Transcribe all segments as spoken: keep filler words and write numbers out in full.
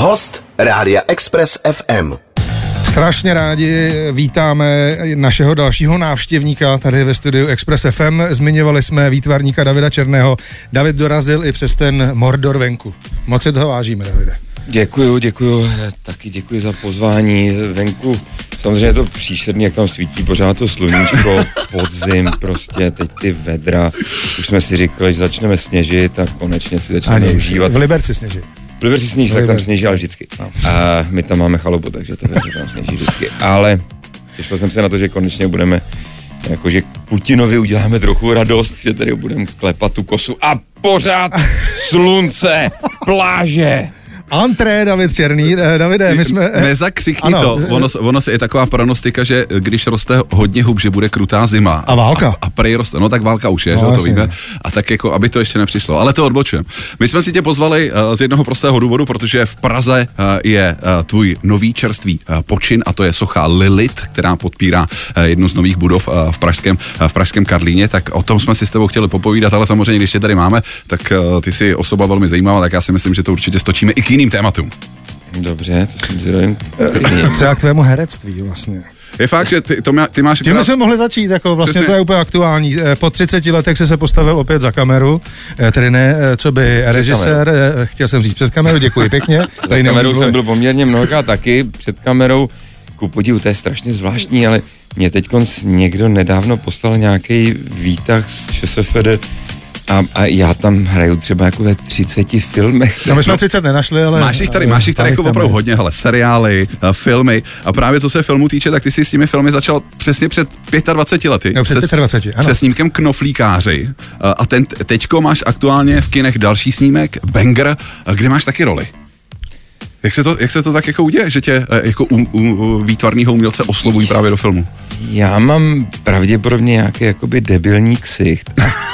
Host Rádia Express ef em. Strašně rádi vítáme našeho dalšího návštěvníka tady ve studiu Express ef em. Zmiňovali jsme výtvarníka Davida Černého. David dorazil i přes ten Mordor venku. Moc si toho vážíme, Davide. Děkuju, děkuju. Taky děkuji za pozvání venku. Samozřejmě je to příšerný, jak tam svítí pořád to sluníčko, podzim, prostě teď ty vedra. Už jsme si říkali, že začneme sněžit, tak konečně si začneme Ani, užívat. V Liberci sněží. V Liberci sněží, tak tam sněží, ale vždycky. No. A my tam máme chalupu, takže to tam sněží vždycky. Ale těšil jsem se na to, že konečně budeme, jakože Putinovi uděláme trochu radost, že tady budeme klepat tu kosu a pořád slunce, pláže. Antré, David Černý. Davide, my jsme... Nezakřikni to. Ono, ono je taková pronostika, že když roste hodně hub, že bude krutá zima. A válka. A, a prej roste, no tak válka už je, no, že to víme. A tak jako, aby to ještě nepřišlo. Ale to odbočujeme. My jsme si tě pozvali uh, z jednoho prostého důvodu, protože v Praze uh, je uh, tvůj nový čerstvý uh, počin a to je socha Lilith, která podpírá uh, jednu z nových budov uh, v pražském, uh, v pražském Karlíně. Tak o tom jsme si s tebou chtěli popovídat, ale samozřejmě, když tě tady máme, tak uh, ty jsi osoba velmi zajímavá, tak já si myslím, že to určitě stočíme i k jiným tématům. Dobře, to jsem zrovna... Třeba k tvému herectví vlastně. Je fakt, že ty, to má, ty máš... Tím krát... jsme mohli začít, jako vlastně Přesně. To je úplně aktuální. Po třiceti letech jsi se postavil opět za kameru, tedy ne, co by před režisér, kamerou. Chtěl jsem říct před kamerou, děkuji pěkně. Za kamerou jsem byl poměrně mnohokrát taky, před kamerou, ku podivu, to je strašně zvláštní, ale mě teďkon někdo nedávno poslal nějaký výtah z ČSFD, A, a já tam hraju třeba jako ve třiceti filmech. No my jsme třicet nenašli, ale... Máš jich tady, máš jich tady jako opravdu hodně, hele, seriály, filmy a právě co se filmu týče, tak ty jsi s těmi filmy začal přesně před dvaceti pěti lety. No před dvaceti pěti, ano. Se snímkem Knoflíkáři a ten, teďko máš aktuálně v kinech další snímek, Banger, kde máš taky roli. Jak se to, jak se to tak jako uděje, že tě jako u, u výtvarného umělce oslovují právě do filmu? Já mám pravděpodobně nějaký jakoby debilní ksicht.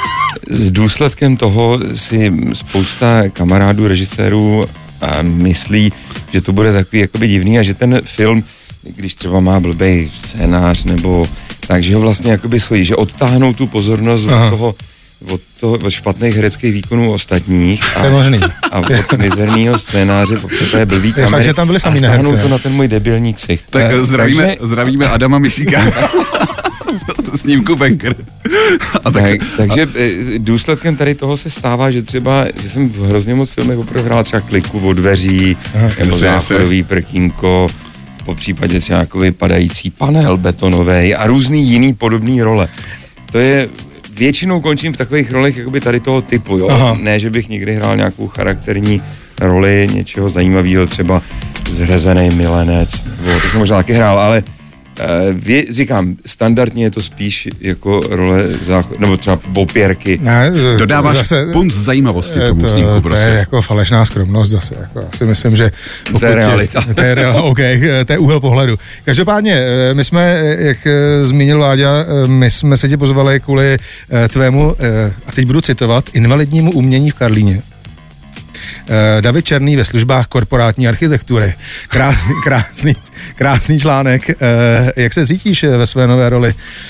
S důsledkem toho si spousta kamarádů, režisérů a myslí, že to bude takový jakoby divný a že ten film, když třeba má blbej scénář nebo tak, že ho vlastně jakoby svojí, že odtáhnou tu pozornost Aha. od toho, od, toho, od špatných hereckých výkonů ostatních a, a od mizerného scénáře, protože to je blbý kamery fakt, že tam byli sami a stáhnou to na ten můj debilní ksicht. Tak e, zdravíme, takže... zdravíme Adama Misíka. Snímku Banger. A tak, tak, takže a... důsledkem tady toho se stává, že třeba, že jsem v hrozně moc filmech opravdu hrál třeba Kliku od dveří, Aha, nebo Záchodový prkínko, po případě třeba jako vypadající panel betonovej a různý jiný podobný role. To je, většinou končím v takových rolech jakoby tady toho typu, jo. Aha. Ne, že bych někdy hrál nějakou charakterní roli něčeho zajímavého, třeba zhrezený milenec, nebo to jsem možná taky hrál, ale Vě, říkám, standardně je to spíš jako role záchod, nebo třeba bopěrky. Ne, dodáváš zase, punc zajímavosti tomu to, snímku, to prostě. To je jako falešná skromnost zase. Jako, já si myslím, že... To je realita. To je, real, okay, to je úhel pohledu. Každopádně, my jsme, jak zmínil Láďa, my jsme se tě pozvali kvůli tvému, a teď budu citovat, invalidnímu umění v Karlíně. David Černý ve službách korporátní architektury. Krásný, krásný, krásný článek. Jak se cítíš ve své nové roli?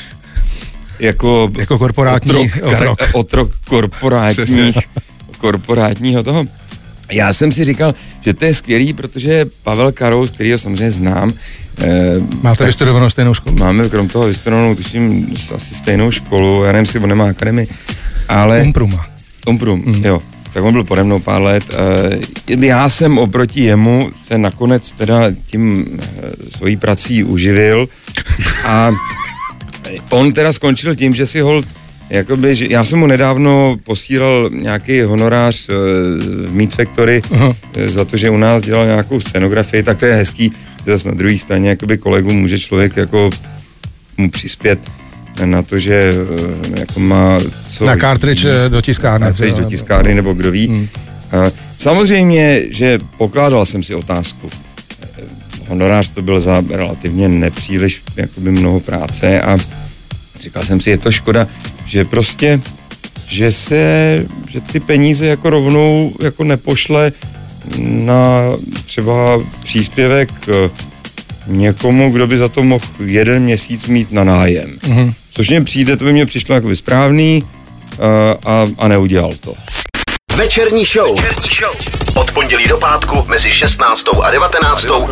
Jako, jako korporátní otrok, otrok. otrok korporátních, korporátního toho. Já jsem si říkal, že to je skvělý, protože Pavel Karous, kterýho samozřejmě znám. Máte vystudovanou stejnou školu? Máme krom toho vystudovanou, tuším, asi stejnou školu, já nevím, si on nemá akademii, ale... Umpruma. Umprum, mm. jo. Tak on byl pode mnou pár let. Já jsem oproti jemu se nakonec teda tím svojí prací uživil a on teda skončil tím, že si hold, jakoby, že já jsem mu nedávno posílal nějaký honorář v Meat Factory uh-huh. za to, že u nás dělal nějakou scenografii, tak to je hezký, že zase na druhé straně jakoby kolegům může člověk jako mu přispět na to, že jako má... Co na cartridge do tiskárny. Cartridge do tiskárny, nebo kdo ví. Hmm. Samozřejmě, že pokládal jsem si otázku. Honorář to byl za relativně nepříliš jakoby mnoho práce a říkal jsem si, je to škoda, že prostě, že se, že ty peníze jako rovnou jako nepošle na třeba příspěvek někomu, kdo by za to mohl jeden měsíc mít na nájem. Mm-hmm. Což mě přijde, to by mě přišlo jakoby správný a, a, a neudělal to. Večerní show. Od pondělí do pátku mezi šestnáctou a devatenáctou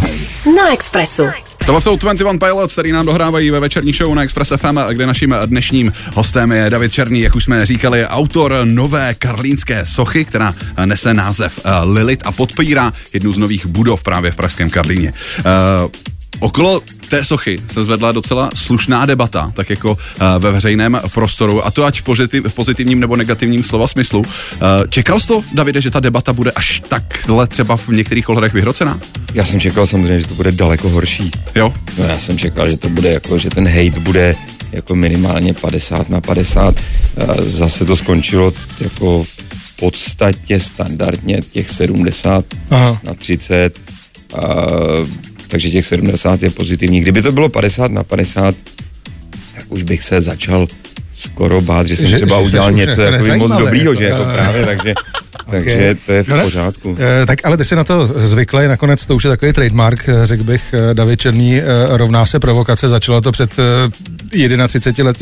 na Expressu. Tohle jsou dvacet jedna Pilots, který nám dohrávají ve večerní show na Express F M, kde naším dnešním hostem je David Černý, jak už jsme říkali, autor nové karlínské sochy, která nese název Lilith a podpírá jednu z nových budov právě v pražském Karlíně. Uh, Okolo té sochy se zvedla docela slušná debata, tak jako uh, ve veřejném prostoru, a to ať v, pozitiv, v pozitivním nebo negativním slova smyslu. Uh, čekal jsi to, Davide, že ta debata bude až takhle třeba v některých ohledech vyhrocená? Já jsem čekal samozřejmě, že to bude daleko horší. Jo? No, já jsem čekal, že to bude jako, že ten hate bude jako minimálně padesát na padesát. Uh, zase to skončilo jako v podstatě standardně těch sedmdesát Aha. na třicet. Uh, takže těch sedmdesát je pozitivní. Kdyby to bylo padesát na padesát, tak už bych se začal skoro bát, že jsem že, třeba že udělal něco jako moc dobrýho, že jako právě, takže, okay. takže to je v no, pořádku. E, tak ale ty si na to zvyklý, nakonec to už je takový trademark, řekl bych, David Černý rovná se provokace, začalo to před třiceti lety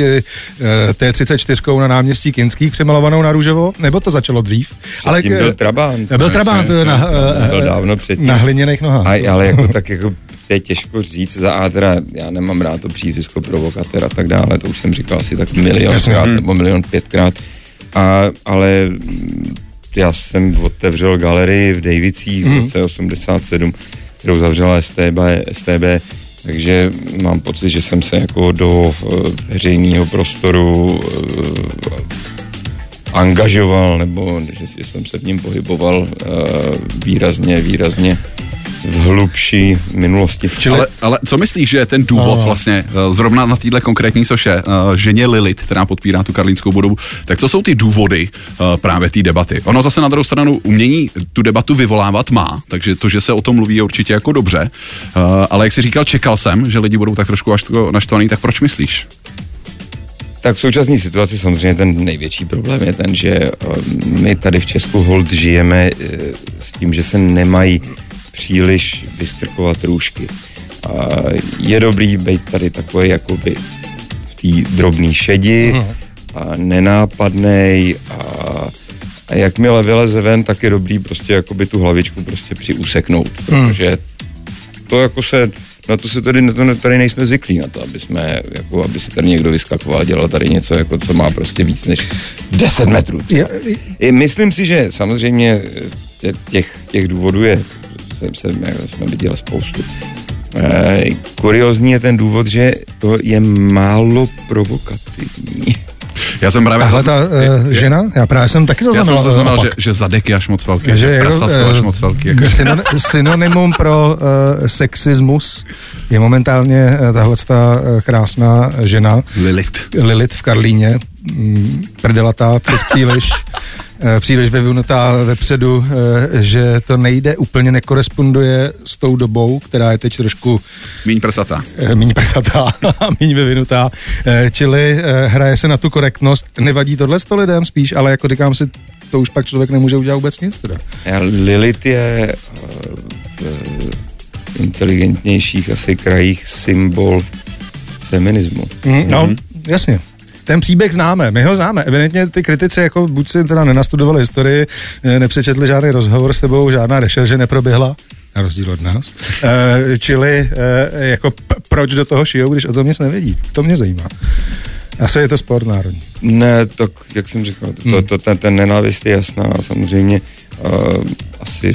T třicet čtyři na náměstí Kinských přemalovanou na růžovo, nebo to začalo dřív? Ale byl Trabant. Byl Trabant na, byl dávno předtím. Na hliněných nohách. A, ale jako tak jako to je těžko říct, za A teda já nemám rád to přízvisko provokatér a tak dále, to už jsem říkal asi tak milionkrát nebo milion pětkrát, a, ale já jsem otevřel galerii v Davicích v roce osmdesát sedm, kterou zavřela S T B, S T B, takže mám pocit, že jsem se jako do uh, veřejného prostoru uh, angažoval, nebo že, že jsem se v něm pohyboval uh, výrazně, výrazně v hlubší minulosti. Čili, ale, ale co myslíš, že ten důvod no. vlastně zrovna na téhle konkrétní soše, uh, ženě Lilith, která podpírá tu karlínskou budovu, tak co jsou ty důvody uh, právě té debaty? Ono zase na druhou stranu umění tu debatu vyvolávat má, takže to, že se o tom mluví, je určitě jako dobře, uh, ale jak jsi říkal, čekal jsem, že lidi budou tak trošku až naštvaný, tak proč myslíš? Tak v současné situaci samozřejmě ten největší problém je ten, že my tady v Česku hold žijeme s tím, že se nemají příliš vystrkovat růžky. A je dobrý být tady takový jakoby v té drobné šedi a nenápadnej a, a jakmile vyleze ven, tak je dobrý prostě jakoby tu hlavičku prostě přiuseknout, protože to jako se na to se tady, na to tady nejsme zvyklí na to, aby jsme, jako, aby si tady někdo vyskakoval, dělal tady něco, jako, co má prostě víc než deset metrů. I myslím si, že samozřejmě těch, těch důvodů je, jsem, jsem, jsme viděli spoustu. E, kuriozní je ten důvod, že to je málo provokativní. Já jsem právě... Tahle ta uh, žena? Já právě jsem taky zaznamenal. Já jsem zaznamenal, že, že zadek je až moc velký, že, že prasa jsou až moc velký. Jako. Synon, synonymum pro uh, sexismus je momentálně uh, tahle uh, krásná žena. Lilith. Lilith v Karlíně. Mm, prdelatá přes příliš. příliš vyvinutá vepředu, že to nejde, úplně nekoresponduje s tou dobou, která je teď trošku... Míň prsatá. Míň prsatá a míň vyvinutá. Čili hraje se na tu korektnost. Nevadí tohle sto lidem spíš, ale jako říkám si, to už pak člověk nemůže udělat vůbec nic teda. Lilith je v inteligentnějších asi krajích symbol feminismu. Mm, no, mm-hmm. jasně. Ten příběh známe, my ho známe. Evidentně ty kritici jako buď si teda nenastudovali historii, nepřečetli žádný rozhovor s tebou, žádná rešerže neproběhla, na rozdíl od nás. E, čili e, jako p- proč do toho šijou, když o tom nic nevědí? To mě zajímá. Asi je to sport národní. Ne, tak jak jsem říkal, to, hmm. to, ten, ten nenávist je jasná, samozřejmě uh, asi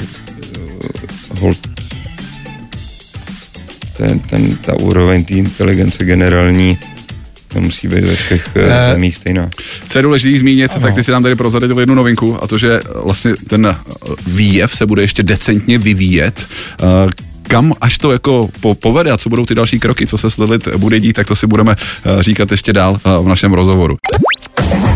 uh, hold ten, ten, ta úroveň té inteligence generální nemusí být ve všech uh, zemích stejná. Co je důležitý zmínit, ano. Tak ty si nám tady prozradil jednu novinku, a to, že vlastně ten výjev se bude ještě decentně vyvíjet. Uh, kam až to jako po, povede a co budou ty další kroky, co se s Lilith bude dít, tak to si budeme uh, říkat ještě dál uh, v našem rozhovoru.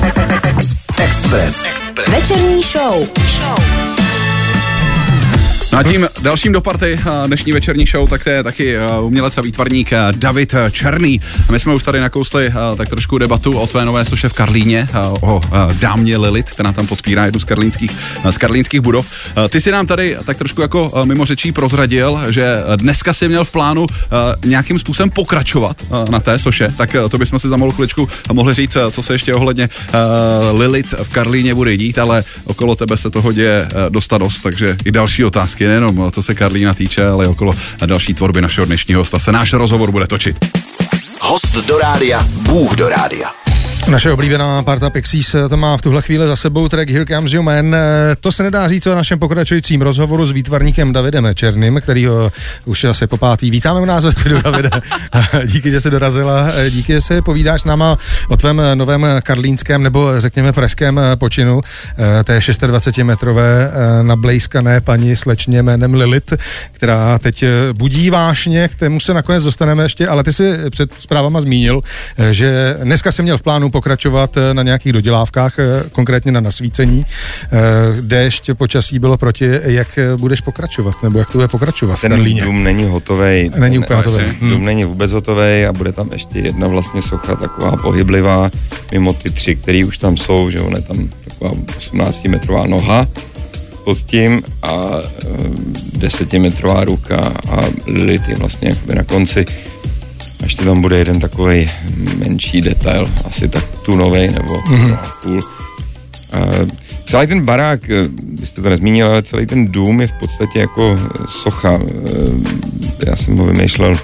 Express. Večerní show. No A tím dalším do party dnešní večerní show, tak to je taky umělec a výtvarník David Černý. A my jsme už tady nakousli tak trošku debatu o tvé nové soše v Karlíně, o dámě Lilith, která tam podpírá jednu z karlínských, z karlínských budov. Ty si nám tady tak trošku jako mimo řečí prozradil, že dneska si měl v plánu nějakým způsobem pokračovat na té soše, tak to bychom si za malou chviličku mohli říct, co se ještě ohledně Lilith v Karlíně bude dít, ale okolo tebe se toho děje dosta dost, takže i další otázky, nejenom co se Karlína týče, ale okolo další tvorby našeho dnešního hosta se náš rozhovor bude točit. Host do rádia, Bůh do rádia. Naše oblíbená parta Pixies to má v tuhle chvíli za sebou track Here Comes Your Man. To se nedá říct o našem pokračujícím rozhovoru s výtvarníkem Davidem Černým, kterýho už asi po pátý vítáme u nás ve studiu, Davide. Díky, že jsi dorazila, díky, že se povídáš s náma o tvém novém karlínském nebo řekněme pražském počinu, té dvacetišestimetrové nablejskané paní slečně jménem Lilith, která teď budí vášně, k tému se nakonec dostaneme ještě, ale ty si před zprávama zmínil, že dneska jsi měl v plánu pokračovat na nějakých dodělávkách, konkrétně na nasvícení. Déšť, počasí bylo proti, jak budeš pokračovat, nebo jak to bude pokračovat? Ten dům není hotovej. Není úplně hotovej. Dům hmm. není vůbec hotovej a bude tam ještě jedna vlastně socha taková pohyblivá, mimo ty tři, které už tam jsou, že ona je tam taková osmnáctimetrová noha pod tím a desetimetrová ruka a Lilith je vlastně jakoby na konci. A ještě tam bude jeden takovej menší detail, asi tak tunovej nebo mm-hmm. půl. A celý ten barák, byste to nezmínil, ale celý ten dům je v podstatě jako socha. Já jsem ho vymýšlel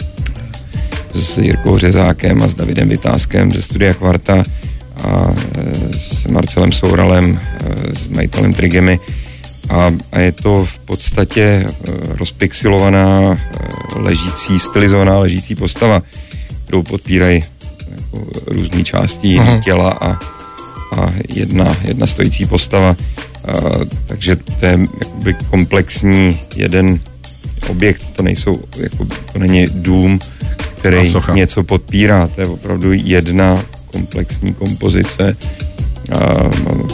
s Jirkou Řezákem a s Davidem Vytázkem ze studia Kvarta a s Marcelem Souralem, s majitelem Trigemy. A, a je to v podstatě rozpixilovaná, ležící, stylizovaná ležící postava, kterou podpírají jako různé části jiný těla a, a jedna, jedna stojící postava. A, takže to je jakoby komplexní jeden objekt, to nejsou, jako, to není dům, který něco podpírá, to je opravdu jedna komplexní kompozice. A,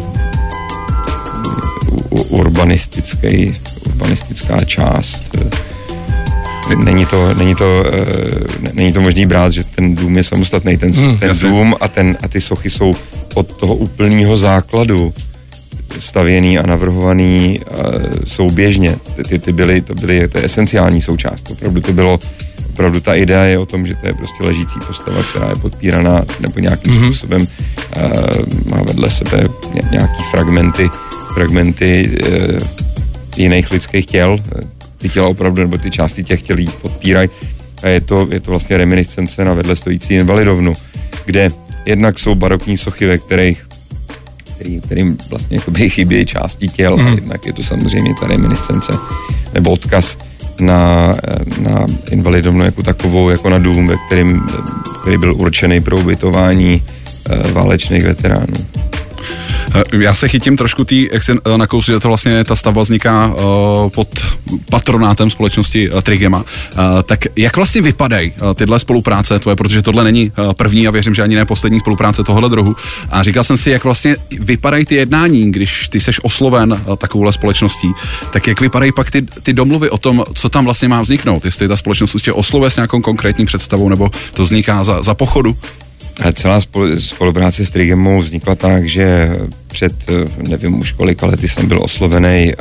urbanistický, urbanistická část. Není to, není to, není to možný brát, že ten dům je samostatný, ten, hmm, ten dům a, ten, a ty sochy jsou od toho úplného základu stavěný a navrhovaný souběžně. Ty, ty byly, to byly, to je esenciální součást. Opravdu to bylo, opravdu ta idea je o tom, že to je prostě ležící postava, která je podpíraná nebo nějakým hmm. způsobem uh, má vedle sebe nějaký fragmenty fragmenty e, jiných lidských těl. Ty těla opravdu, nebo ty části těch těl podpírají. A je to, je to vlastně reminiscence na vedle stojící invalidovnu, kde jednak jsou barokní sochy, ve kterých který, kterým vlastně jakoby chybějí části těl, mm. a jednak je to samozřejmě ta reminiscence nebo odkaz na, na invalidovnu jako takovou, jako na dům, ve kterým, který byl určený pro ubytování e, válečných veteránů. Já se chytím trošku tý, jak se nakousl, že to vlastně ta stavba vzniká uh, pod patronátem společnosti uh, Trigema. Uh, tak jak vlastně vypadají uh, tyhle spolupráce tvoje, protože tohle není uh, první a věřím, že ani ne poslední spolupráce tohohle druhu. A říkal jsem si, jak vlastně vypadají ty jednání, když ty seš osloven uh, takovouhle společností, tak jak vypadají pak ty, ty domluvy o tom, co tam vlastně má vzniknout, jestli ta společnost ještě oslovuje s nějakou konkrétní představou, nebo to vzniká za, za pochodu. Celá spolupráce s Trigemou vznikla tak, že před, nevím už kolika lety jsem byl oslovený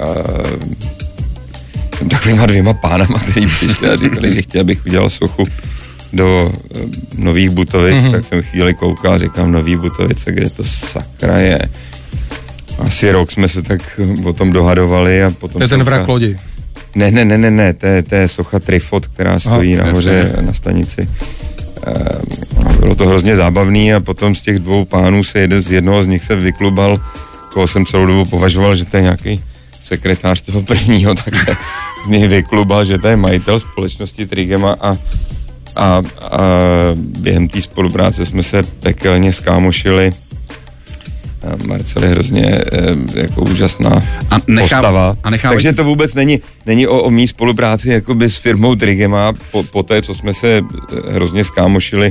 takovýma dvěma pánama, který přišli a říkali, že chtěl, abych udělal sochu do Nových Butovic, mm-hmm. tak jsem chvíli koukal a říkám, Nový Butovice, kde to sakra je. Asi rok jsme se tak o tom dohadovali a potom... To je ten vrak lodi. Ne, ne, ne, ne, ne, to je, to je socha Trifot, která stojí Aha, nahoře na stanici. Bylo to hrozně zábavný a potom z těch dvou pánů se jeden z jednoho z nich se vyklubal, koho jsem celou dobu považoval, že to je nějaký sekretář toho prvního, tak se z něj vyklubal, že to je majitel společnosti Trigema a, a, a během té spolupráce jsme se pekelně skámošili. Marcel je hrozně jako úžasná a nechám, postava. A nechám... Takže to vůbec není, není o, o mý spolupráci jakoby s firmou Trigema po, po té, co jsme se hrozně skámošili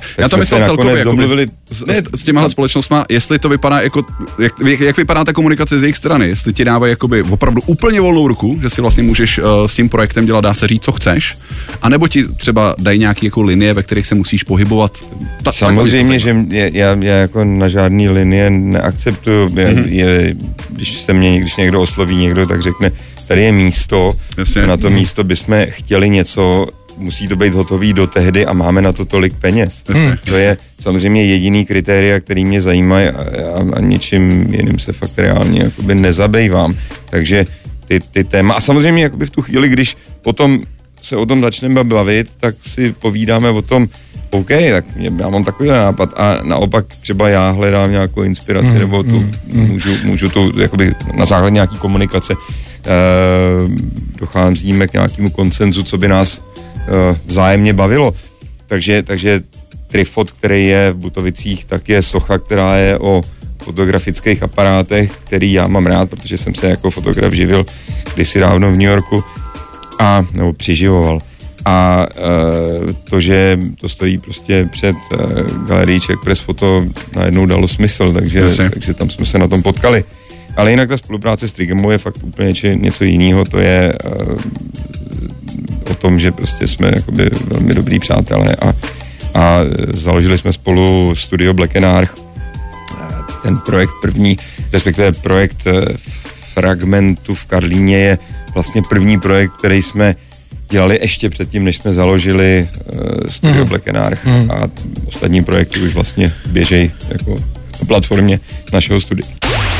Já to myslel celkově domluvili... s, s, s těmahle společnostma, jestli to vypadá jako, jak, jak vypadá ta komunikace z jejich strany, jestli ti dávají jakoby opravdu úplně volnou ruku, že si vlastně můžeš uh, s tím projektem dělat, dá se říct, co chceš, anebo ti třeba dají nějaké jako linie, ve kterých se musíš pohybovat. Ta, Samozřejmě, že je, já, já jako na žádný linie neakceptuju, je, mm-hmm. je, když se mě, když někdo osloví někdo, tak řekne, tady je místo, Jasně. na to místo bychom chtěli něco, musí to být hotový do tehdy a máme na to tolik peněz. Hmm. To je samozřejmě jediný kritéria, který mě zajímají a, a, a ničím jiným se fakt reálně jakoby nezabývám. Takže ty, ty téma, a samozřejmě jakoby v tu chvíli, když potom se o tom začneme bavit, tak si povídáme o tom, OK, tak já mám takový nápad a naopak třeba já hledám nějakou inspiraci hmm. nebo tu, hmm. můžu, můžu tu jakoby na základě nějaký komunikace eh, docházíme k nějakému konsenzu, co by nás vzájemně bavilo. Takže, takže trifot, který je v Butovicích, tak je socha, která je o fotografických aparátech, který já mám rád, protože jsem se jako fotograf živil kdysi dávno v New Yorku a, nebo přiživoval. A e, to, že to stojí prostě před e, galerií Czech Press Photo, najednou dalo smysl, takže, takže tam jsme se na tom potkali. Ale jinak ta spolupráce s Trigemo je fakt úplně něco jiného, to je e, o tom, že prostě jsme jakoby velmi dobrý přátelé a, a založili jsme spolu studio Black and Arch. Ten projekt první, respektive projekt Fragmentu v Karlíně je vlastně první projekt, který jsme dělali ještě předtím, než jsme založili studio mm. Black and Arch mm. a ostatní projekty už vlastně běžejí jako na platformě našeho studia.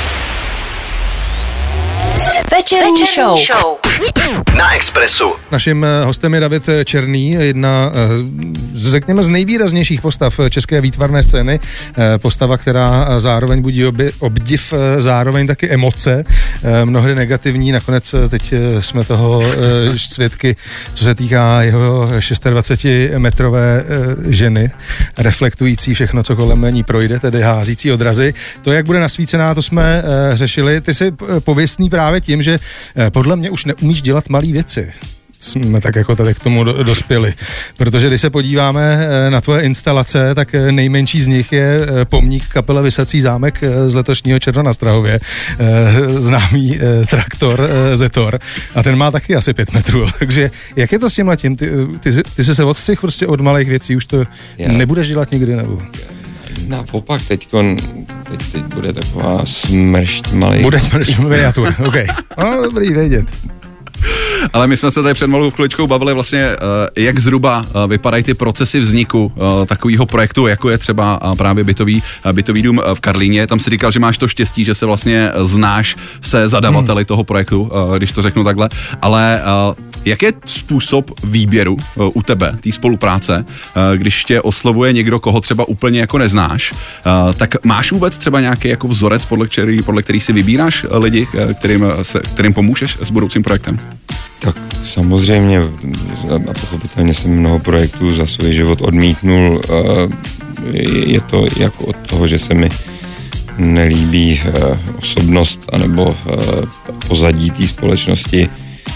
Večerní show. Na Expressu. Naším hostem je David Černý, jedna, řekněme, z nejvýraznějších postav české výtvarné scény. Postava, která zároveň budí obdiv, zároveň taky emoce, mnohdy negativní. Nakonec teď jsme toho svědky, co se týká jeho dvacetišestimetrové ženy, reflektující všechno, co kolem ní projde, tedy házící odrazy. To, jak bude nasvícená, to jsme řešili. Ty jsi pověstný právě tím, že podle mě už neumíš dělat malý věci. Jsme tak jako tady k tomu do, dospěli. Protože když se podíváme na tvoje instalace, tak nejmenší z nich je pomník kapele Visací zámek z letošního června na Strahově. Známý traktor Zetor. A ten má taky asi pět metrů. Takže jak je to s tím letím? Ty, ty, ty jsi se odstřih prostě od malých věcí, už to Já. nebudeš dělat nikdy, nebo? Naopak, teďkon, teď, teď bude taková smršť malý. Bude smršť miniatur, OK. No, dobrý vědět. Ale my jsme se tady před malou chviličkou bavili vlastně, jak zhruba vypadají ty procesy vzniku takového projektu, jako je třeba právě bytový, bytový dům v Karlíně. Tam si říkal, že máš to štěstí, že se vlastně znáš se zadavateli hmm. toho projektu, když to řeknu takhle. Ale jak je způsob výběru u tebe, té spolupráce, když tě oslovuje někdo, koho třeba úplně jako neznáš, tak máš vůbec třeba nějaký jako vzorec, podle který, podle který si vybíráš lidi, kterým, se, kterým pomůžeš s budoucím projektem? Tak samozřejmě a pochopitelně jsem mnoho projektů za svůj život odmítnul. Je to jako od toho, že se mi nelíbí osobnost anebo pozadí té společnosti,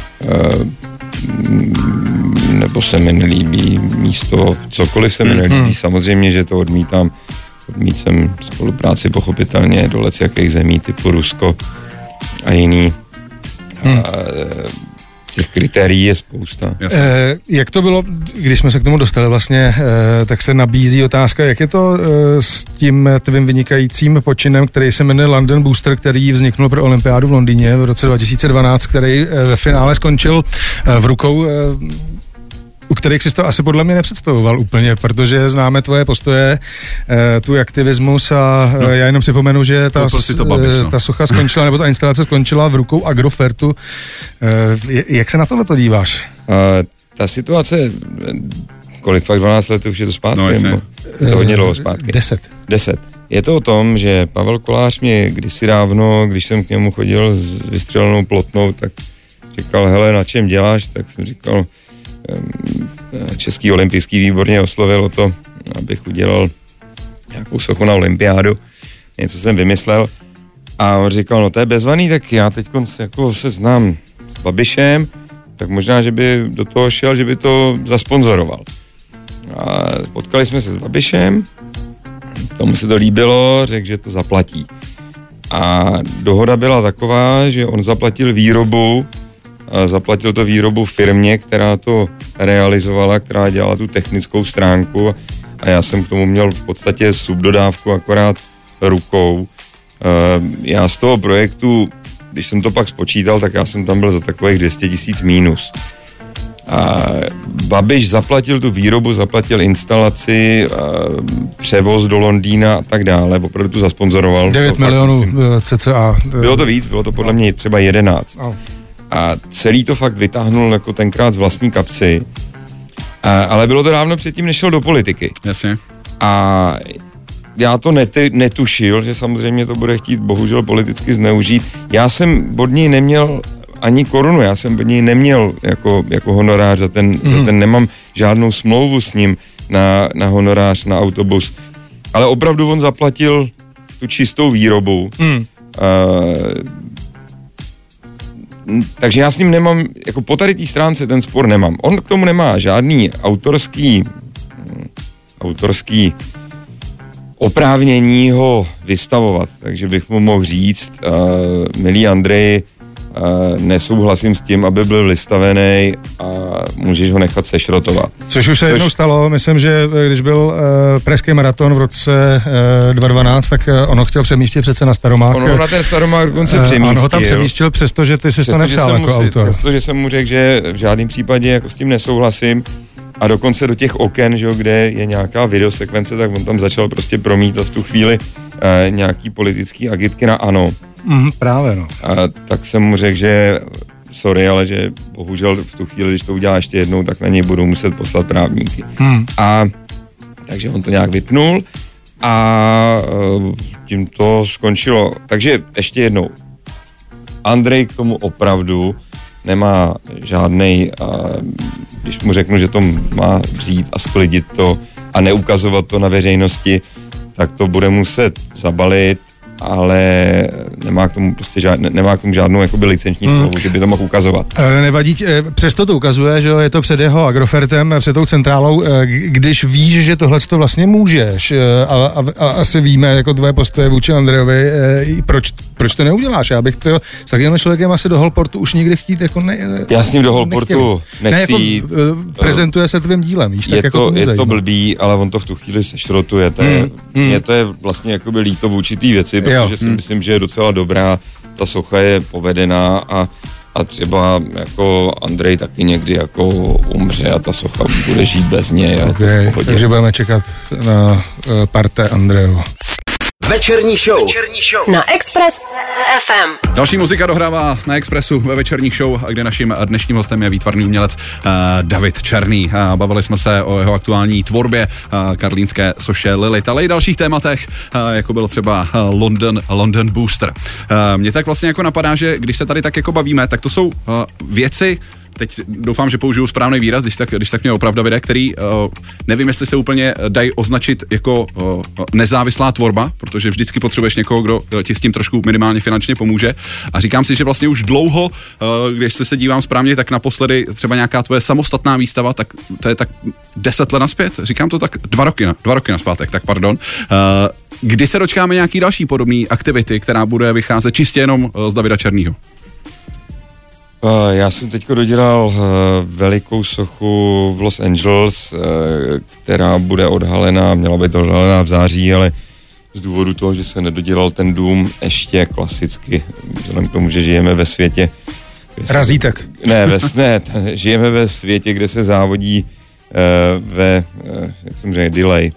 nebo se mi nelíbí místo, cokoliv se mi nelíbí. Samozřejmě, že to odmítám. Odmít jsem spolupráci pochopitelně do jakých zemí typu Rusko a jiný. Hmm. A, těch kritérií je spousta. Eh, jak to bylo, když jsme se k tomu dostali vlastně, eh, tak se nabízí otázka, jak je to eh, s tím tvým vynikajícím počinem, který se jmenuje London Booster, který vzniknul pro olympiádu v Londýně v roce dva tisíce dvanáct, který eh, ve finále skončil eh, v rukou eh, u kterých jsi to asi podle mě nepředstavoval úplně, protože známe tvoje postoje, tvůj aktivismus a no. já jenom připomenu, že ta, to babiš, no. ta socha skončila, nebo ta instalace skončila v rukou Agrofertu. Jak se na tohle to díváš? Uh, ta situace, kolik fakt dvanáct let už je to zpátky? No, to hodně dlouho zpátky. Deset. Deset. Je to o tom, že Pavel Kolář mě kdysi dávno, když jsem k němu chodil s vystřelenou plotnou, tak říkal, hele, na čem děláš? Tak jsem říkal, Český olympijský výbor mě oslovil o to, abych udělal nějakou sochu na olympiádu. Něco jsem vymyslel a on říkal, no to je bezvaný, tak já teď jako se znám s Babišem, tak možná, že by do toho šel, že by to zasponzoroval. A potkali jsme se s Babišem, tomu se to líbilo, řekl, že to zaplatí. A dohoda byla taková, že on zaplatil výrobu, zaplatil to výrobu firmě, která to realizovala, která dělala tu technickou stránku a já jsem k tomu měl v podstatě subdodávku akorát rukou. Já z toho projektu, když jsem to pak spočítal, tak já jsem tam byl za takových dvě stě tisíc mínus. A Babiš zaplatil tu výrobu, zaplatil instalaci, převoz do Londýna a tak dále, opravdu to zasponzoroval. devět milionů cca. Bylo to víc, bylo to podle mě třeba jedenáct. A celý to fakt vytáhnul jako tenkrát z vlastní kapsy. A, ale bylo to dávno předtím, než šel do politiky. Jasně. A já to nety, netušil, že samozřejmě to bude chtít bohužel politicky zneužít. Já jsem od něj neměl ani korunu, já jsem od něj neměl jako, jako honorář za ten, mm. za ten, nemám žádnou smlouvu s ním na, na honorář, na autobus. Ale opravdu on zaplatil tu čistou výrobu. Mm. Uh, takže já s ním nemám, jako po tady té stránce ten spor nemám. On k tomu nemá žádný autorský autorský oprávnění ho vystavovat, takže bych mu mohl říct, uh, milý Andrej, uh, nesouhlasím s tím, aby byl vystavený a můžeš ho nechat sešrotovat. Což už se Což... jednou stalo, myslím, že když byl uh, pražský maraton v roce uh, dva tisíce dvanáct, tak uh, on ho chtěl přemístit přece na Staromák. On ho na ten Staromák dokonce uh, přemístil. On ho tam přemístil, přestože ty jsi to nepsal jako mu, autor. Přestože jsem mu řekl, že v žádném případě jako s tím nesouhlasím, a dokonce do těch oken, že jo, kde je nějaká videosekvence, tak on tam začal prostě promítat v tu chvíli eh, nějaký politický agitky na ANO. Mm, právě, no. A tak jsem mu řekl, že sorry, ale že bohužel v tu chvíli, když to udělá ještě jednou, tak na něj budou muset poslat právníky. Mm. A takže on to nějak vypnul a eh, tím to skončilo. Takže ještě jednou. Andrej k tomu opravdu nemá žádnej, a když mu řeknu, že to má vzít a sklidit to a neukazovat to na veřejnosti, tak to bude muset zabalit, ale nemá k tomu prostě žád, nemá k tomu žádnou jakoby licenční smlouvu, hmm. že by to mohl ukazovat. Nevadí, přesto to ukazuje, že je to před jeho Agrofertem, před tou centrálou, když víš, že tohle to vlastně můžeš a, a, a asi víme, jako tvoje postoje vůči Andrejovi, proč, proč to neuděláš? Já bych to s takovým člověkem asi do Holportu už nikdy chtít jako ne, Já s ním do Holportu nechci jít. Ne, jako, prezentuje se tvým dílem, víš, tak je jako to, je to blbý, ale on to v tu chvíli sešrotuje. To je, hmm. Mně to je vlastně jakoby líto vůči té věci, protože jo. si hmm. myslím, že je docela dobrá, ta socha je povedená a, a třeba jako Andrej taky někdy jako umře a ta socha bude žít bez něj. Okay, takže budeme čekat na uh, parte Andreju. Večerní show. Večerní show na Express ef em. Další muzika dohrává na Expressu ve večerní show, kde naším dnešním hostem je výtvarný umělec uh, David Černý. Uh, bavili jsme se o jeho aktuální tvorbě uh, karlínské soše Lilith, ale i dalších tématech, uh, jako byl třeba uh, London, London Booster. Uh, mně tak vlastně jako napadá, že když se tady tak jako bavíme, tak to jsou uh, věci, teď doufám, že použiju správný výraz, když tak, když tak mě opravdu vede, který uh, nevím, jestli se úplně dají označit jako uh, nezávislá tvorba, protože vždycky potřebuješ někoho, kdo uh, ti s tím trošku minimálně finančně pomůže. A říkám si, že vlastně už dlouho, uh, když se dívám správně, tak naposledy třeba nějaká tvoje samostatná výstava, tak to je tak deset let naspět, říkám to tak dva roky, na, dva roky naspátek, tak pardon. Uh, kdy se dočkáme nějaký další podobný aktivity, která bude vycházet čistě jenom uh, z Davida Černýho? Uh, já jsem teďko dodělal uh, velikou sochu v Los Angeles, uh, která bude odhalená, měla být odhalená v září, ale z důvodu toho, že se nedodělal ten dům ještě klasicky, vzhledem k tomu, že žijeme ve světě... Razítek. Se, ne, ve, ne, t- žijeme ve světě, kde se závodí uh, ve, uh, jak jsem řekl, delay.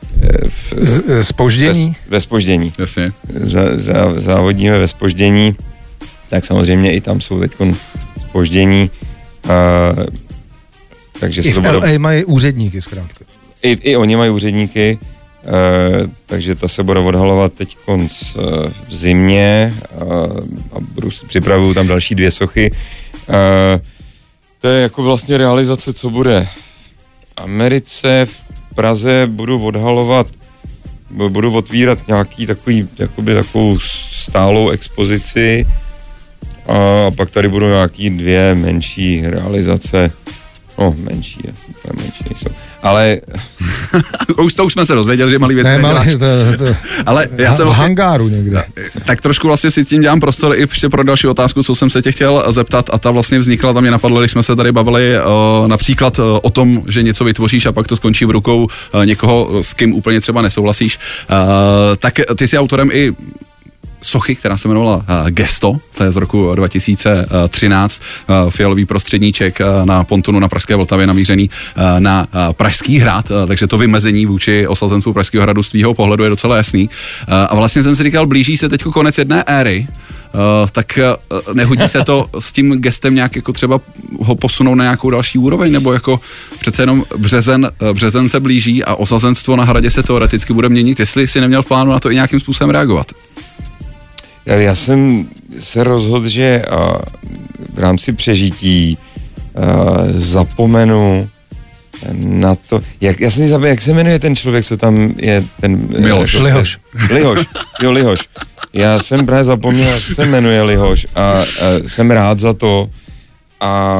Uh, Zpoždění? Ve, ve zpoždění. Jasně. Za, za, závodíme ve zpoždění. Tak samozřejmě i tam jsou teď zpoždění. Uh, takže I v L A mají úředníky zkrátka. I, I oni mají úředníky, uh, takže ta se bude odhalovat teď konc uh, v zimě uh, a budu, připravuju tam další dvě sochy. Uh, to je jako vlastně realizace, co bude. V Americe, v Praze budu odhalovat, budu otvírat nějaký takový, jakoby takovou stálou expozici. A pak tady budou nějaký dvě menší realizace No, menší je, menší nejsou. Ale... už to už jsme se dozvěděli, že malý věci ne, neděláš. Malý, to, to, ale já ha, jsem v vlastně, hangáru někde. Tak trošku vlastně si tím dělám prostor i ještě pro další otázku, co jsem se tě chtěl zeptat a ta vlastně vznikla, tam mě napadlo, když jsme se tady bavili uh, například uh, o tom, že něco vytvoříš a pak to skončí v rukou uh, někoho, s kým úplně třeba nesouhlasíš. Uh, tak ty jsi autorem i sochy, která se jmenovala uh, Gesto, to je z roku dva tisíce třináct, uh, fialový prostředníček uh, na pontonu na Pražské Vltavě namířený uh, na uh, Pražský hrad, uh, takže to vymezení vůči osazenstvu Pražského hradu z tvýho pohledu je docela jasný. Uh, a vlastně jsem si říkal, blíží se teďko konec jedné éry, Uh, tak uh, nehodí se to s tím gestem nějak jako třeba ho posunout na nějakou další úroveň, nebo jako přece jenom březen, uh, březen se blíží a osazenstvo na hradě se teoreticky bude měnit, jestli si neměl v plánu na to i nějakým způsobem reagovat? Já, já jsem se rozhodl, že uh, v rámci přežití uh, zapomenu na to, jak, já jsem nezapomněl, jak se jmenuje ten člověk, co tam je ten... Miloš. Uh, Lihoš. Lihoš, jo, Lihoš. Já jsem právě zapomněl, jak se jmenuje Lihoš a, a jsem rád za to a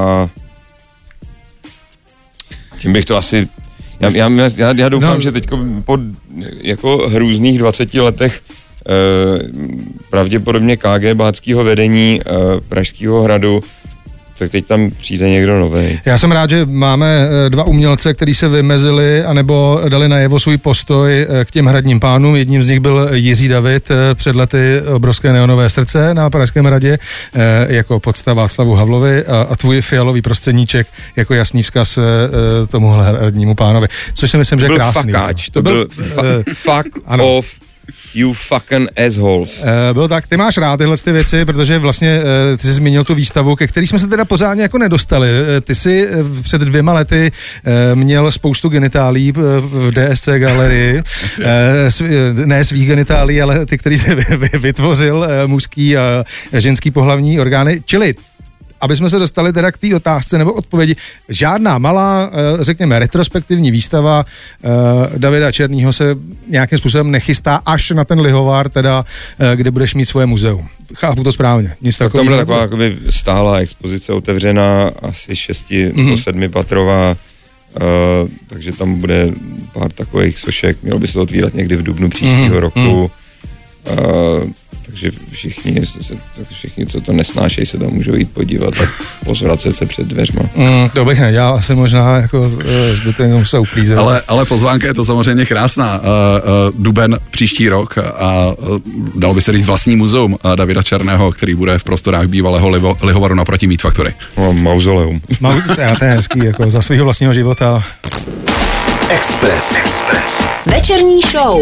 tím bych to asi, já, já, já, já doufám, no. že teď po jako hrůzných dvaceti letech eh, pravděpodobně K G báckého vedení eh, Pražského hradu, tak teď tam přijde někdo nový. Já jsem rád, že máme dva umělce, kteří se vymezili anebo dali najevo svůj postoj k těm hradním pánům. Jedním z nich byl Jiří David, před lety obrovské neonové srdce na Pražském hradě, jako podsta Václavu Havlovi a, a tvůj fialový prostředníček jako jasný vzkaz tomuhle hradnímu pánovi. Což si myslím, že je krásný. Fakáč, to, to byl, byl fa- fuck ano. off. You fucking assholes. E, bylo tak, ty máš rád tyhle ty věci, protože vlastně e, ty jsi zmínil tu výstavu, ke který jsme se teda pořádně jako nedostali. E, ty jsi e, před dvěma lety e, měl spoustu genitálí v D S C galerii. e, sv, ne svých genitálí, ale ty, který jsi vytvořil, e, mužský a ženský pohlavní orgány. Čili aby jsme se dostali teda k té otázce nebo odpovědi, žádná malá, řekněme, retrospektivní výstava Davida Černýho se nějakým způsobem nechystá až na ten Lihovár, teda, kde budeš mít svoje muzeum. Chápu to správně. Nic tak tam bude taková jakoby stálá expozice otevřená, asi šesti mm-hmm. nebo sedmi patrová, uh, takže tam bude pár takových sošek, mělo by se to otvírat někdy v dubnu příštího mm-hmm. roku. Uh, takže všichni, všichni, co to nesnášejí, se tam můžou jít podívat a pozvracet se před dveřma. Mm, to bych nedělal, asi možná jako zbytně se uklízet. Ale, ale pozvánka je to samozřejmě krásná. Uh, uh, duben příští rok a uh, dalo by se říct vlastní muzeum uh, Davida Černého, který bude v prostorách bývalého Liho, Lihovaru naproti Meat Factory. No, mauzoleum. Mau, to je hezký, jako za svého vlastního života. Express. Express. Večerní show.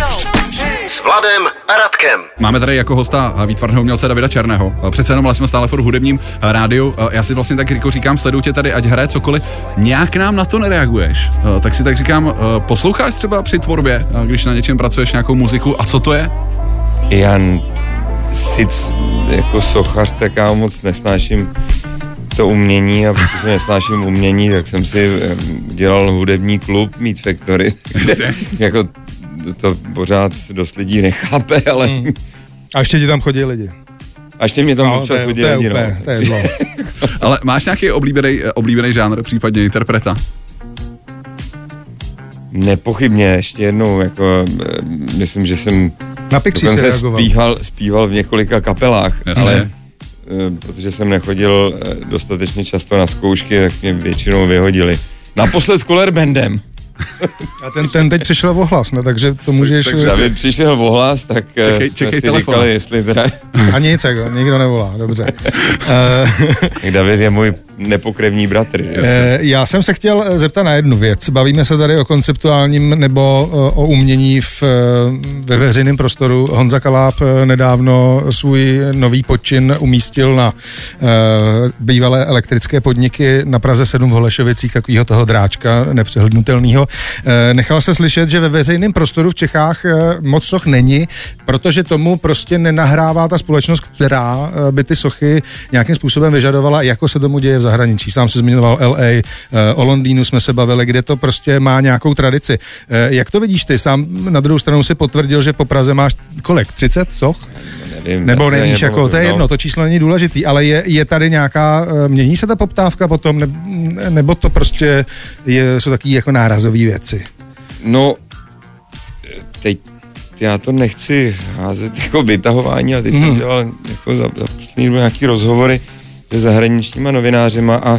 S Vladem a Radkem. Máme tady jako hosta výtvarného umělce Davida Černého. Přece jenom, ale jsme stále v hudebním rádiu. Já si vlastně tak jako říkám, sleduju tě tady, ať hraje cokoliv. Nějak nám na to nereaguješ. Tak si tak říkám, posloucháš třeba při tvorbě, když na něčem pracuješ nějakou muziku, a co to je? Já sic jako sochař, tak já moc nesnáším to umění, a protože nesnáším umění, tak jsem si dělal hudební klub Meat Factory, kde jako to pořád dost lidí nechápe, ale... Hmm. A ještě ti tam chodí lidi. A ještě mě tam no, občas chodí lidi, úplně, no. To je zlo. Ale máš nějaký oblíbený, oblíbený žánr, případně interpreta? Nepochybně, ještě jednou, jako myslím, že jsem dokonce zpíval, zpíval v několika kapelách, jasně. Ale protože jsem nechodil dostatečně často na zkoušky, tak mě většinou vyhodili. Naposled s Color Bandem. A ten, ten teď přišel o hlas, ne? Takže to můžeš... Takže David přišel o hlas, tak čekej, jsme čekej si telefon. Říkali, jestli teda... A nic, jako, nikdo nevolá, dobře. David je můj nepokrevní bratr. Že? Já jsem se chtěl zeptat na jednu věc. Bavíme se tady o konceptuálním nebo o umění v, ve veřejném prostoru. Honza Kaláb nedávno svůj nový počin umístil na uh, bývalé elektrické podniky na Praze sedm v Holešovicích, takového toho dráčka nepřehlednutelného. Uh, nechal se slyšet, že ve veřejném prostoru v Čechách uh, moc soch není, protože tomu prostě nenahrává ta společnost, která uh, by ty sochy nějakým způsobem vyžadovala, jako se tomu děje v zahraničí. Sám se zmiňoval L A, o Londýnu jsme se bavili, kde to prostě má nějakou tradici. Jak to vidíš ty? Sám na druhou stranu si potvrdil, že po Praze máš kolik? třicet soch? Nevím, Nebo nevíš, jako, to je jedno, to číslo není důležitý, ale je, je tady nějaká, mění se ta poptávka potom, ne, nebo to prostě je, jsou taky jako nárazové věci? No, teď já to nechci házet jako vytahování, ale teď hmm. jsem dělal jako za, za poslední dobu nějaký rozhovory se zahraničníma novinářima a, a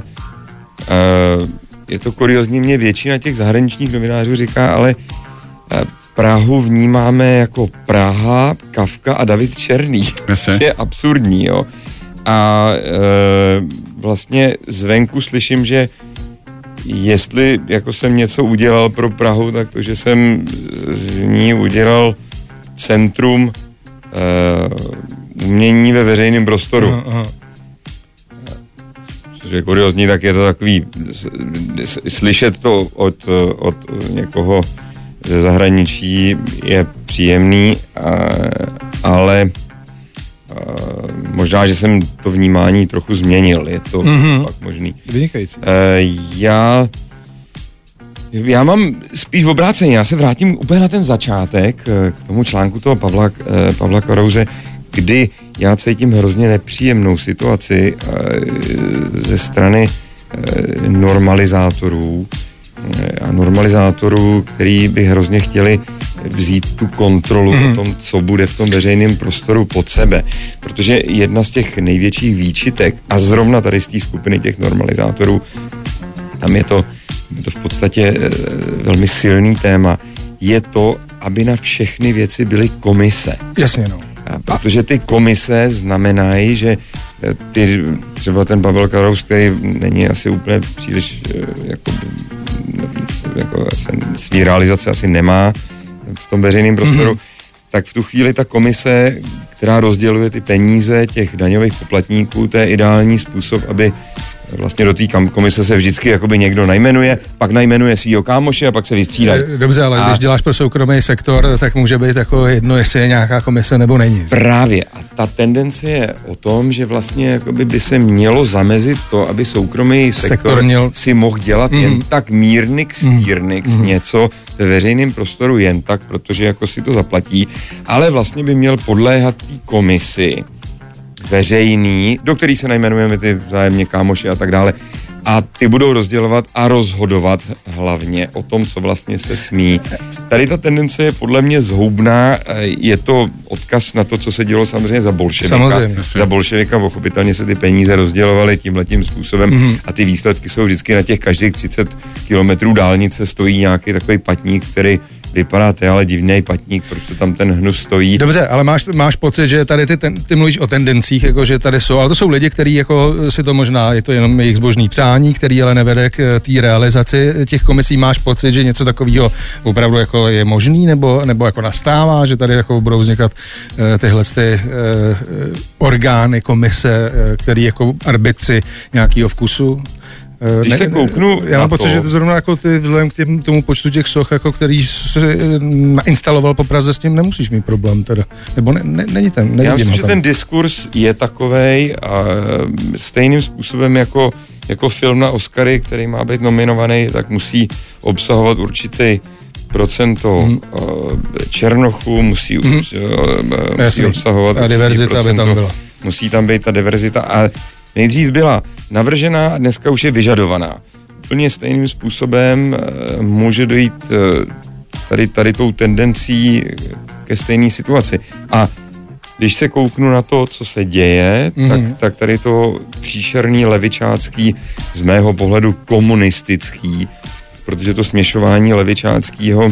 je to kuriozní, mě většina těch zahraničních novinářů říká, ale Prahu vnímáme jako Praha, Kafka a David Černý, což je absurdní, jo. A e, vlastně zvenku slyším, že jestli jako jsem něco udělal pro Prahu, tak to, že jsem z ní udělal centrum e, umění ve veřejném prostoru. Aha, aha. Což je kuriozní, tak je to takový slyšet to od, od někoho ze zahraničí je příjemný, a, ale a, možná, že jsem to vnímání trochu změnil, je to mm-hmm. fakt možný. Vynikající. E, já já mám spíš v obrácení, já se vrátím úplně na ten začátek, k tomu článku toho Pavla, Pavla Karouze, kdy já cítím hrozně nepříjemnou situaci ze strany normalizátorů, a normalizátorů, který by hrozně chtěli vzít tu kontrolu mm. o tom, co bude v tom veřejném prostoru pod sebe. Protože jedna z těch největších výčitek, a zrovna tady z té skupiny těch normalizátorů, tam je to, je to v podstatě e, velmi silný téma, je to, aby na všechny věci byly komise. Jasně, no. A protože ty komise znamenají, že ty, třeba ten Pavel Karous, který není asi úplně příliš jako, jako svý realizace asi nemá v tom veřejném prostoru, mm-hmm. tak v tu chvíli ta komise, která rozděluje ty peníze těch daňových poplatníků, to je ideální způsob, aby vlastně do té komise se vždycky jakoby někdo najmenuje, pak najmenuje svýho kámoše a pak se vystřídají. Dobře, ale a když děláš pro soukromý sektor, tak může být jako jedno, jestli je nějaká komise nebo není. Právě. A ta tendence je o tom, že vlastně jakoby by se mělo zamezit to, aby soukromý sektor, sektor měl... si mohl dělat mm. jen tak mírnix, stírnix, mm. něco ve veřejném prostoru jen tak, protože jako si to zaplatí, ale vlastně by měl podléhat té komisi veřejný, do který se najmenujeme ty vzájemně kámoši a tak dále. A ty budou rozdělovat a rozhodovat hlavně o tom, co vlastně se smí. Tady ta tendence je podle mě zhoubná. Je to odkaz na to, co se dělo samozřejmě za bolševika. Samozřejmě. Za bolševika pochopitelně se ty peníze rozdělovaly tímhletím způsobem mm-hmm. a ty výsledky jsou vždycky na těch každých třicet kilometrů dálnice stojí nějaký takový patník, který vypadá to ale divný patník, proč to tam ten hnus stojí. Dobře, ale máš, máš pocit, že tady ty, ten, ty mluvíš o tendencích, jako že tady jsou, ale to jsou lidi, kteří jako si to možná, je to jenom jejich zbožný přání, který ale nevede k té realizaci těch komisí. Máš pocit, že něco takového opravdu jako je možný, nebo, nebo jako nastává, že tady jako budou vznikat uh, tyhle ty, uh, orgány, komise, uh, který jako arbitři nějakého vkusu? Když ne, se kouknu já mám pocit, to, že to zrovna jako ty vzhledem k těm, tomu počtu těch soch, jako který se nainstaloval po Praze, s tím nemusíš mít problém teda. Nebo ne, ne, není ten, já myslím, že ten diskurs je takovej a stejným způsobem jako, jako film na Oscary, který má být nominovaný, tak musí obsahovat určitý procento mm. černochů, musí, mm. musí Jasný. obsahovat a diverzita procento, by tam byla. Musí tam být ta diverzita a nejdřív byla navržená a dneska už je vyžadovaná. Úplně stejným způsobem e, může dojít e, tady, tady tou tendencí ke stejné situaci. A když se kouknu na to, co se děje, mm-hmm. tak, tak tady to příšerný levičácký, z mého pohledu komunistický, protože to směšování levičáckýho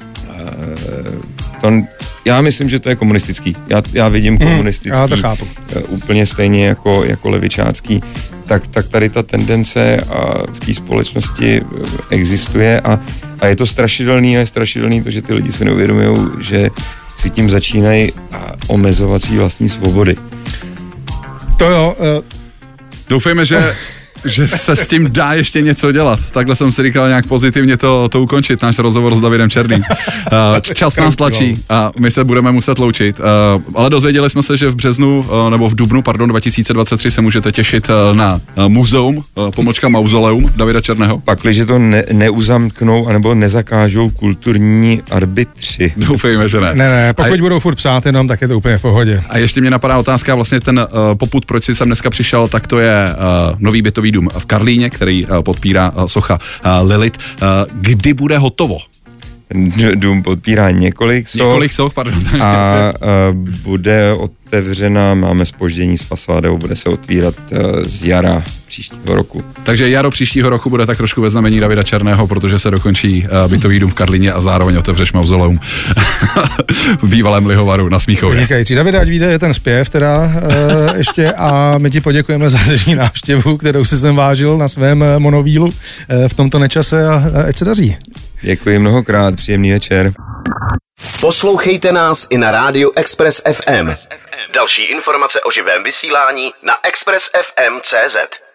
e, to, já myslím, že to je komunistický. Já, já vidím mm, komunistický já to chápu. úplně stejně jako, jako levičácký. Tak, tak tady ta tendence a v té společnosti existuje a, a je to strašidelný a je strašidelný to, že ty lidi se neuvědomují, že si tím začínají omezovat svý vlastní svobody. To jo. Uh... Doufejme, že že se s tím dá ještě něco dělat. Takhle jsem si říkal nějak pozitivně to, to ukončit, náš rozhovor s Davidem Černým. Čas nás tlačí a my se budeme muset loučit. Ale dozvěděli jsme se, že v březnu, nebo v dubnu, pardon, dva tisíce dvacet tři se můžete těšit na muzeum, pomlčka mauzoleum Davida Černého. Pakliže to ne, neuzamknou, anebo nezakážou kulturní arbitři. Doufejme, že ne. Ne, ne, pokud a budou furt psát jenom, tak je to úplně v pohodě. A ještě mě napadá otázka, vlastně ten uh, popud, proč si jsem dneska přišel, tak to je uh, nový bytový dům v Karlíně, který uh, podpírá uh, socha uh, Lilith. Uh, kdy bude hotovo? Dům podpírá několik soch. Několik soch, pardon. A uh, bude otevřena, máme zpoždění s fasádou, bude se otvírat uh, z jara příštího roku. Takže jaro příštího roku bude tak trošku ve znamení Davida Černého, protože se dokončí uh, bytový dům v Karlíně a zároveň otevřeš mauzoleum v bývalém Lihovaru na Smíchově. Vynikající. Davide, ať vyjde je ten zpěv teda uh, ještě a my ti poděkujeme za dnešní návštěvu, kterou si sem vážil na svém monovílu uh, v tomto nečase a, a ať se daří. Děkuji mnohokrát, příjemný večer. Poslouchejte nás i na rádiu Express F M. Další informace o živém vysílání na express f m tečka cé zet.